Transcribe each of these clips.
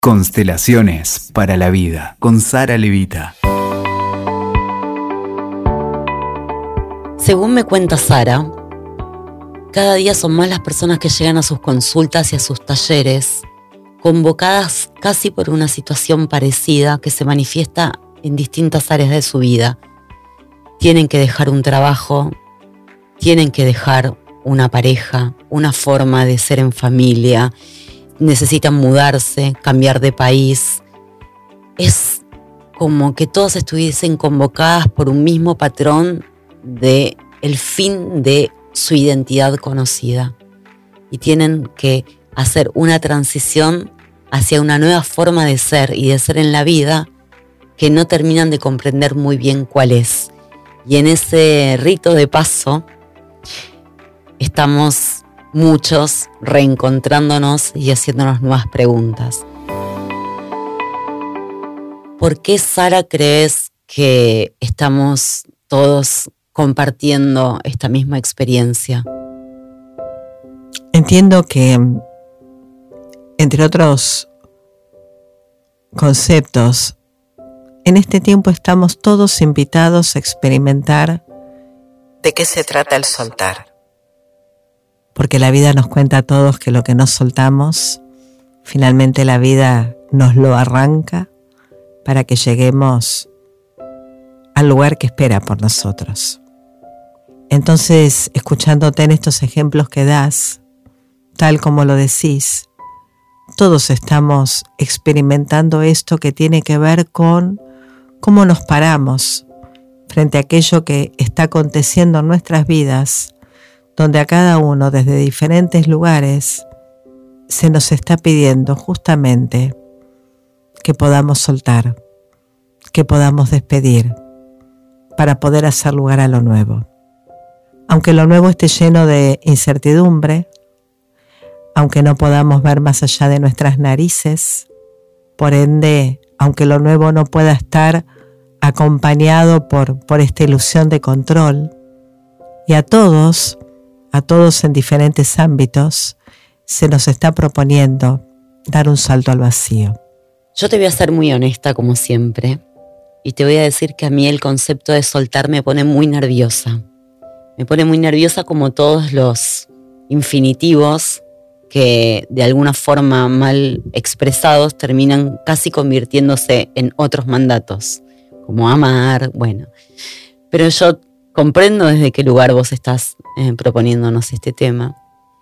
Constelaciones para la vida con Sara Levita. Según me cuenta Sara, cada día son más las personas que llegan a sus consultas y a sus talleres, convocadas casi por una situación parecida que se manifiesta en distintas áreas de su vida. Tienen que dejar un trabajo, tienen que dejar una pareja, una forma de ser en familia, necesitan mudarse, cambiar de país. Es como que todos estuviesen convocadas por un mismo patrón de el fin de su identidad conocida. Y tienen que hacer una transición hacia una nueva forma de ser y de ser en la vida que no terminan de comprender muy bien cuál es. Y en ese rito de paso estamos muchos reencontrándonos y haciéndonos nuevas preguntas. ¿Por qué, Sara, crees que estamos todos compartiendo esta misma experiencia? Entiendo que, entre otros conceptos, en este tiempo estamos todos invitados a experimentar de qué se trata el soltar. Porque la vida nos cuenta a todos que lo que no soltamos, finalmente la vida nos lo arranca para que lleguemos al lugar que espera por nosotros. Entonces, escuchándote en estos ejemplos que das, tal como lo decís, todos estamos experimentando esto que tiene que ver con cómo nos paramos frente a aquello que está aconteciendo en nuestras vidas, donde a cada uno desde diferentes lugares se nos está pidiendo justamente que podamos soltar, que podamos despedir para poder hacer lugar a lo nuevo. Aunque lo nuevo esté lleno de incertidumbre, aunque no podamos ver más allá de nuestras narices, por ende, aunque lo nuevo no pueda estar acompañado por esta ilusión de control, y a todos en diferentes ámbitos, se nos está proponiendo dar un salto al vacío. Yo te voy a ser muy honesta como siempre y te voy a decir que a mí el concepto de soltar me pone muy nerviosa. Me pone muy nerviosa como todos los infinitivos que de alguna forma mal expresados terminan casi convirtiéndose en otros mandatos, como amar, bueno. Pero yo comprendo desde qué lugar vos estás proponiéndonos este tema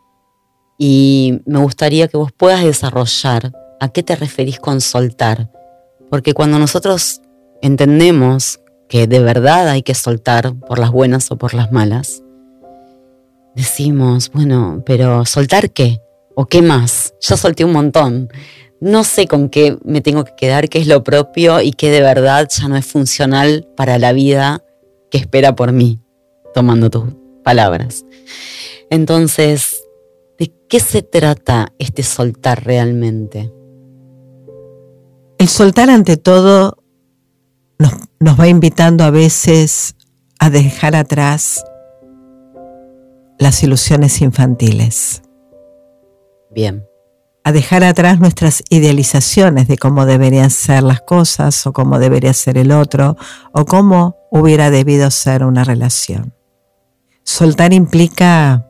y me gustaría que vos puedas desarrollar a qué te referís con soltar, porque cuando nosotros entendemos que de verdad hay que soltar por las buenas o por las malas, decimos, bueno, pero ¿soltar qué? ¿O qué más? Ya solté un montón. No sé con qué me tengo que quedar, qué es lo propio y qué de verdad ya no es funcional para la vida que espera por mí, tomando tus palabras. Entonces, ¿de qué se trata este soltar realmente? El soltar, ante todo, nos va invitando a veces a dejar atrás las ilusiones infantiles. Bien. A dejar atrás nuestras idealizaciones de cómo deberían ser las cosas o cómo debería ser el otro o cómo hubiera debido ser una relación. Soltar implica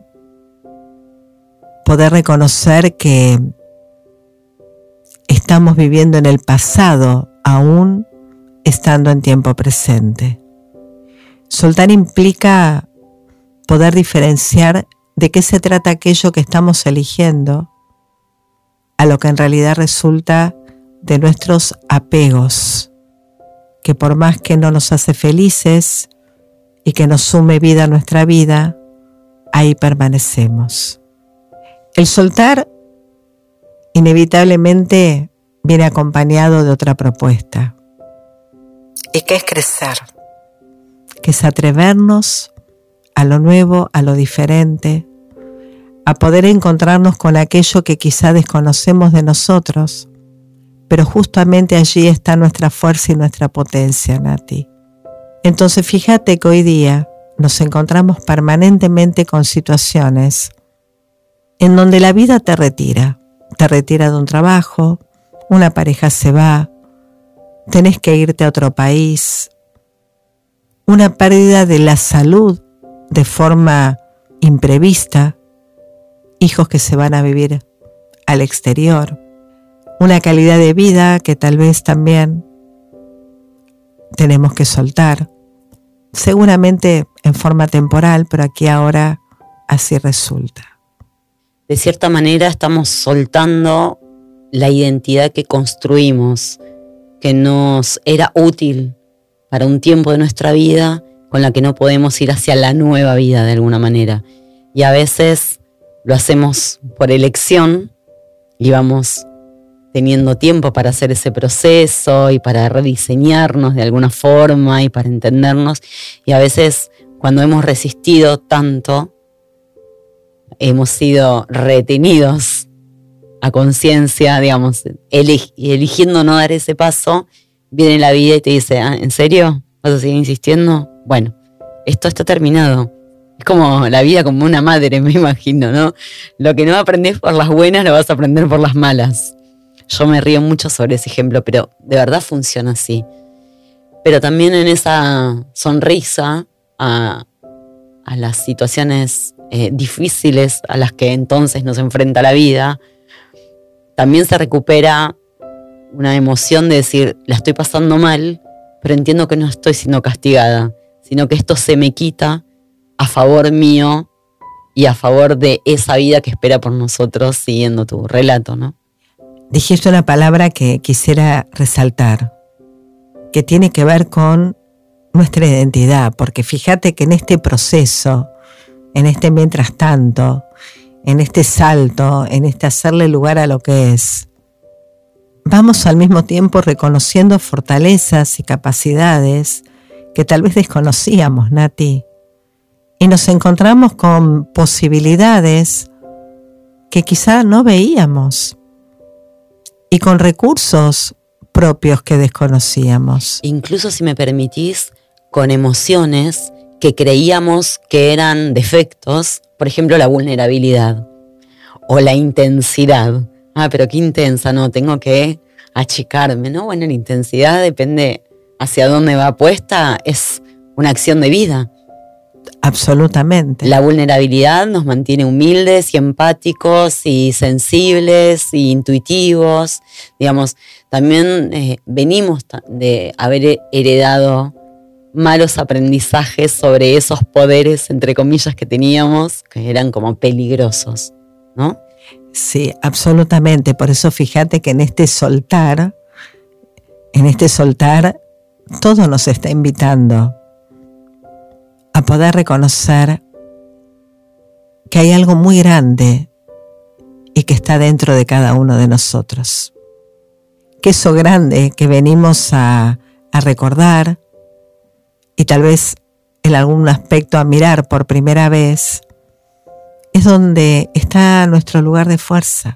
poder reconocer que estamos viviendo en el pasado aún estando en tiempo presente. Soltar implica poder diferenciar de qué se trata aquello que estamos eligiendo a lo que en realidad resulta de nuestros apegos, que por más que no nos hace felices y que nos sume vida a nuestra vida, ahí permanecemos. El soltar inevitablemente viene acompañado de otra propuesta. ¿Y qué es crecer? Que es atrevernos a lo nuevo, a lo diferente, a poder encontrarnos con aquello que quizá desconocemos de nosotros, pero justamente allí está nuestra fuerza y nuestra potencia, Nati. Entonces fíjate que hoy día nos encontramos permanentemente con situaciones en donde la vida te retira de un trabajo, una pareja se va, tenés que irte a otro país, una pérdida de la salud de forma imprevista, hijos que se van a vivir al exterior, una calidad de vida que tal vez también tenemos que soltar, seguramente en forma temporal, pero aquí ahora así resulta. De cierta manera estamos soltando la identidad que construimos, que nos era útil para un tiempo de nuestra vida, con la que no podemos ir hacia la nueva vida de alguna manera. Y a veces lo hacemos por elección y vamos teniendo tiempo para hacer ese proceso y para rediseñarnos de alguna forma y para entendernos. Y a veces cuando hemos resistido tanto, hemos sido retenidos a conciencia, digamos, eligiendo no dar ese paso, viene la vida y te dice, ¿en serio? ¿Vas a seguir insistiendo? Bueno, esto está terminado. Es como la vida como una madre, me imagino, ¿no? Lo que no aprendes por las buenas lo vas a aprender por las malas. Yo me río mucho sobre ese ejemplo, pero de verdad funciona así. Pero también en esa sonrisa a las situaciones difíciles a las que entonces nos enfrenta la vida, también se recupera una emoción de decir, la estoy pasando mal, pero entiendo que no estoy siendo castigada, sino que esto se me quita a favor mío y a favor de esa vida que espera por nosotros, siguiendo tu relato, ¿no? Dijiste una palabra que quisiera resaltar, que tiene que ver con nuestra identidad, porque fíjate que en este proceso, en este mientras tanto, en este salto, en este hacerle lugar a lo que es, vamos al mismo tiempo reconociendo fortalezas y capacidades que tal vez desconocíamos, Nati, y nos encontramos con posibilidades que quizá no veíamos y con recursos propios que desconocíamos. Incluso, si me permitís, con emociones que creíamos que eran defectos, por ejemplo, la vulnerabilidad o la intensidad. Pero qué intensa, no, tengo que achicarme, ¿no? Bueno, la intensidad depende hacia dónde va puesta, es una acción de vida. Absolutamente. La vulnerabilidad nos mantiene humildes y empáticos y sensibles y intuitivos. Digamos, también venimos de haber heredado malos aprendizajes sobre esos poderes, entre comillas, que teníamos, que eran como peligrosos, ¿no? Sí, absolutamente. Por eso fíjate que en este soltar, todo nos está invitando a poder reconocer que hay algo muy grande y que está dentro de cada uno de nosotros. Que eso grande que venimos a recordar y tal vez en algún aspecto a mirar por primera vez, es donde está nuestro lugar de fuerza.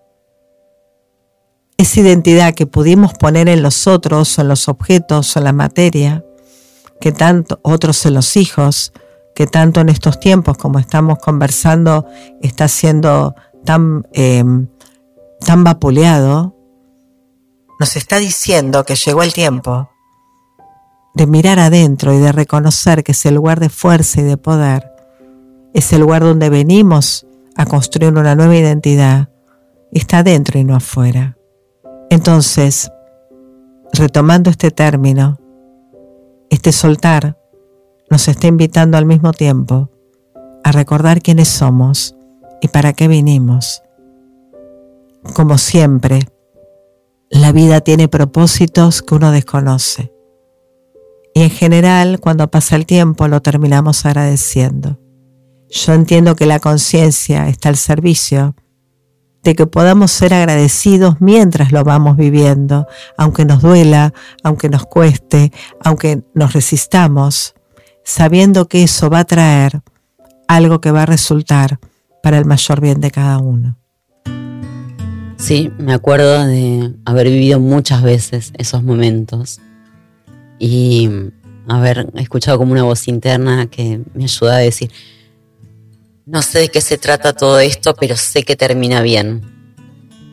Esa identidad que pudimos poner en los otros, o en los objetos, o en la materia, que tanto otros en los hijos, que tanto en estos tiempos como estamos conversando está siendo tan vapuleado, nos está diciendo que llegó el tiempo de mirar adentro y de reconocer que ese lugar de fuerza y de poder es el lugar donde venimos a construir una nueva identidad, está adentro y no afuera. Entonces, retomando este término, este soltar nos está invitando al mismo tiempo a recordar quiénes somos y para qué vinimos. Como siempre, la vida tiene propósitos que uno desconoce. Y en general, cuando pasa el tiempo, lo terminamos agradeciendo. Yo entiendo que la conciencia está al servicio de que podamos ser agradecidos mientras lo vamos viviendo, aunque nos duela, aunque nos cueste, aunque nos resistamos, sabiendo que eso va a traer algo que va a resultar para el mayor bien de cada uno. Sí, me acuerdo de haber vivido muchas veces esos momentos y haber escuchado como una voz interna que me ayudaba a decir, no sé de qué se trata todo esto, pero sé que termina bien.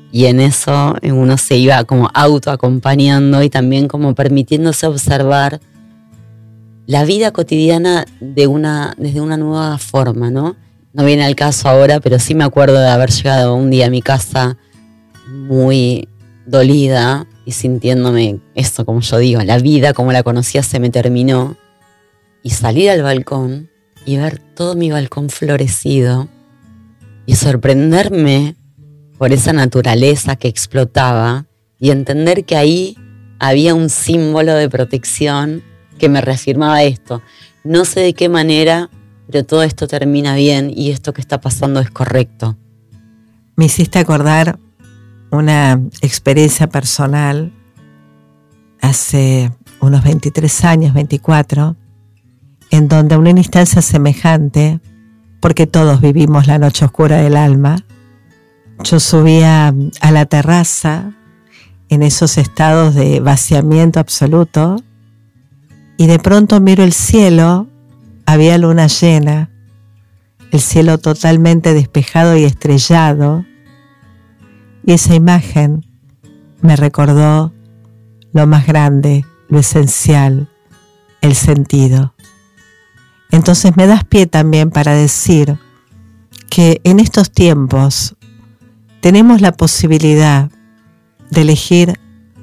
Y en eso uno se iba como autoacompañando y también como permitiéndose observar la vida cotidiana desde una nueva forma, ¿no? No viene al caso ahora, pero sí me acuerdo de haber llegado un día a mi casa muy dolida y sintiéndome esto, como yo digo, la vida como la conocía se me terminó. Y salir al balcón y ver todo mi balcón florecido y sorprenderme por esa naturaleza que explotaba y entender que ahí había un símbolo de protección que me reafirmaba esto. No sé de qué manera, pero todo esto termina bien y esto que está pasando es correcto. Me hiciste acordar una experiencia personal hace unos 23 años, 24, en donde en una instancia semejante, porque todos vivimos la noche oscura del alma, yo subía a la terraza en esos estados de vaciamiento absoluto y de pronto miro el cielo, había luna llena, el cielo totalmente despejado y estrellado, y esa imagen me recordó lo más grande, lo esencial, el sentido. Entonces me das pie también para decir que en estos tiempos tenemos la posibilidad de elegir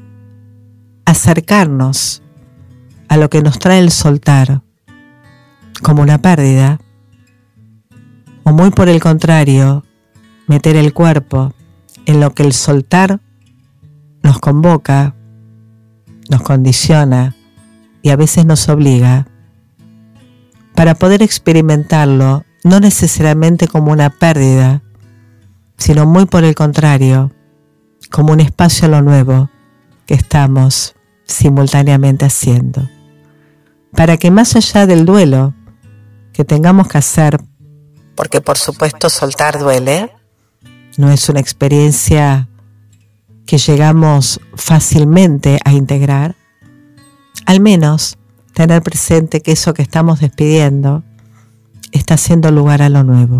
acercarnos a lo que nos trae el soltar como una pérdida, o muy por el contrario, meter el cuerpo en lo que el soltar nos convoca, nos condiciona y a veces nos obliga, para poder experimentarlo no necesariamente como una pérdida, sino muy por el contrario, como un espacio a lo nuevo que estamos simultáneamente haciendo. Para que más allá del duelo que tengamos que hacer, porque por supuesto soltar duele, no es una experiencia que llegamos fácilmente a integrar, al menos tener presente que eso que estamos despidiendo está haciendo lugar a lo nuevo,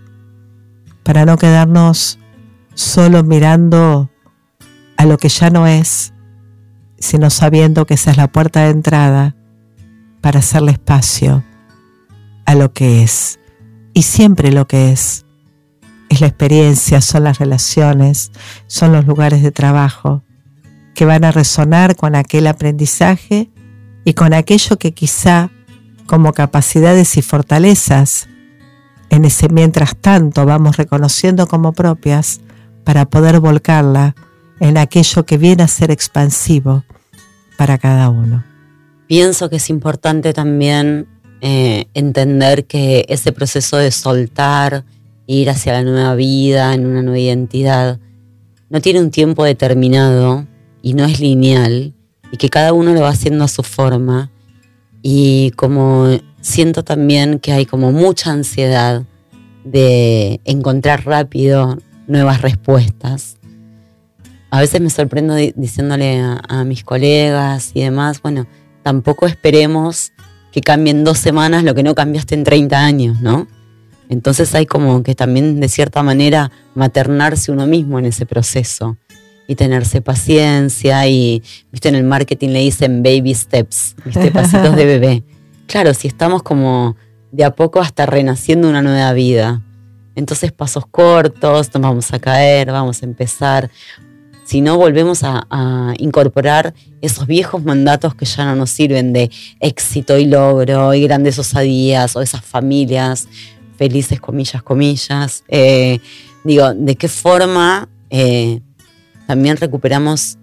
para no quedarnos solo mirando a lo que ya no es, sino sabiendo que esa es la puerta de entrada para hacerle espacio a lo que es. Y siempre lo que es la experiencia, son las relaciones, son los lugares de trabajo que van a resonar con aquel aprendizaje y con aquello que quizá como capacidades y fortalezas en ese mientras tanto vamos reconociendo como propias para poder volcarla en aquello que viene a ser expansivo para cada uno. Pienso que es importante también entender que ese proceso de soltar, ir hacia la nueva vida, en una nueva identidad, no tiene un tiempo determinado y no es lineal, y que cada uno lo va haciendo a su forma. Y como siento también que hay como mucha ansiedad de encontrar rápido nuevas respuestas. A veces me sorprendo diciéndole a mis colegas y demás, bueno, tampoco esperemos que cambien 2 semanas lo que no cambiaste en 30 años, ¿no? Entonces hay como que también de cierta manera maternarse uno mismo en ese proceso y tenerse paciencia y, viste, en el marketing le dicen baby steps, viste, pasitos de bebé. Claro, si estamos como de a poco hasta renaciendo una nueva vida, entonces pasos cortos, nos vamos a caer, vamos a empezar. Si no, volvemos a incorporar esos viejos mandatos que ya no nos sirven de éxito y logro y grandes osadías o esas familias felices, comillas, comillas. Digo, ¿de qué forma también recuperamos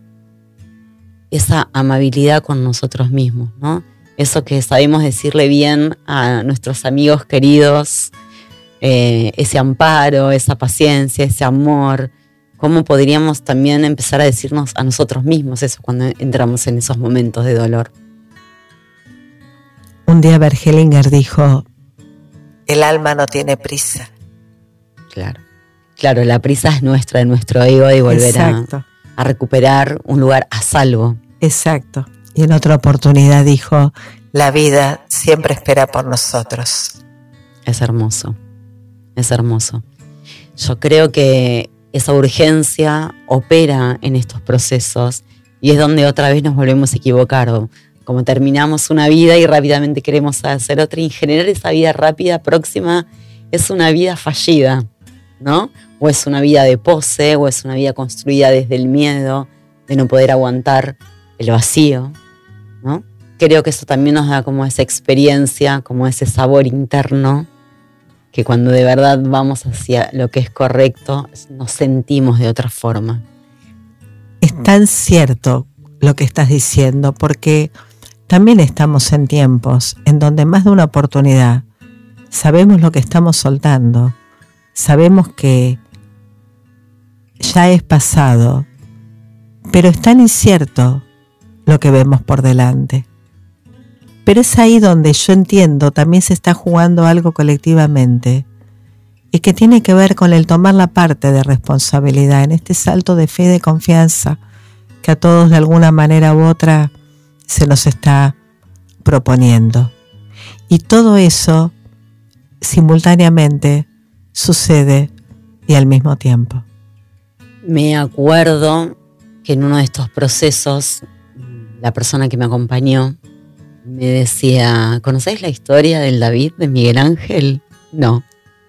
esa amabilidad con nosotros mismos, ¿no? Eso que sabemos decirle bien a nuestros amigos queridos, ese amparo, esa paciencia, ese amor. ¿Cómo podríamos también empezar a decirnos a nosotros mismos eso cuando entramos en esos momentos de dolor? Un día Bert Hellinger dijo, el alma no tiene prisa. Claro, la prisa es nuestra, de nuestro ego, y volver a recuperar un lugar a salvo. Exacto. Y en otra oportunidad dijo, la vida siempre espera por nosotros. Es hermoso, es hermoso. Yo creo que esa urgencia opera en estos procesos y es donde otra vez nos volvemos a equivocar. Como terminamos una vida y rápidamente queremos hacer otra, y generar esa vida rápida próxima es una vida fallida, ¿no? O es una vida de pose, o es una vida construida desde el miedo de no poder aguantar el vacío, ¿no? Creo que eso también nos da como esa experiencia, como ese sabor interno, que cuando de verdad vamos hacia lo que es correcto, nos sentimos de otra forma. Es tan cierto lo que estás diciendo, porque también estamos en tiempos en donde más de una oportunidad sabemos lo que estamos soltando, sabemos que ya es pasado, pero es tan incierto lo que vemos por delante. Pero es ahí donde yo entiendo también se está jugando algo colectivamente y que tiene que ver con el tomar la parte de responsabilidad en este salto de fe y de confianza que a todos de alguna manera u otra se nos está proponiendo. Y todo eso simultáneamente sucede y al mismo tiempo. Me acuerdo que en uno de estos procesos la persona que me acompañó me decía: ¿conocéis la historia del David de Miguel Ángel? No.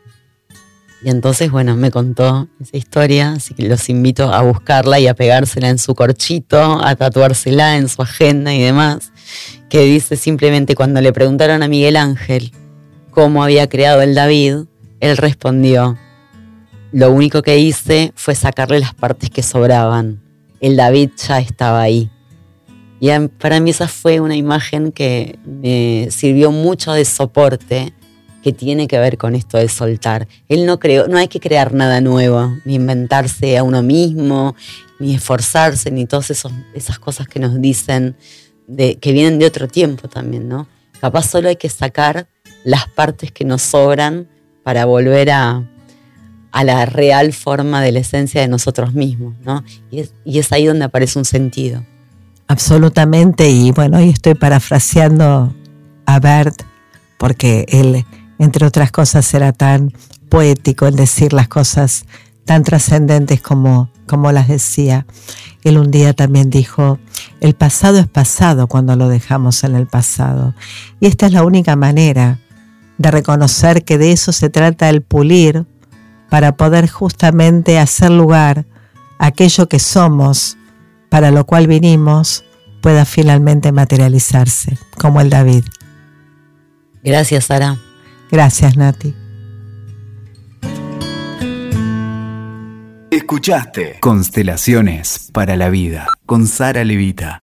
Y entonces, bueno, me contó esa historia, así que los invito a buscarla y a pegársela en su corchito, a tatuársela en su agenda y demás, que dice simplemente: cuando le preguntaron a Miguel Ángel cómo había creado el David, él respondió: lo único que hice fue sacarle las partes que sobraban. El David ya estaba ahí. Y para mí esa fue una imagen que me sirvió mucho de soporte, que tiene que ver con esto de soltar. Él no creó, no hay que crear nada nuevo, ni inventarse a uno mismo, ni esforzarse, ni todas esas cosas que nos dicen que vienen de otro tiempo también, ¿no? Capaz solo hay que sacar las partes que nos sobran para volver a la real forma de la esencia de nosotros mismos, ¿no? Y es ahí donde aparece un sentido. Absolutamente, y bueno, hoy estoy parafraseando a Bert, porque él, entre otras cosas, era tan poético en decir las cosas tan trascendentes como las decía. Él un día también dijo: el pasado es pasado cuando lo dejamos en el pasado. Y esta es la única manera de reconocer que de eso se trata el pulir, para poder justamente hacer lugar a aquello que somos, para lo cual vinimos, pueda finalmente materializarse, como el David. Gracias, Sara. Gracias, Nati. Escuchaste Constelaciones para la Vida con Sara Levita.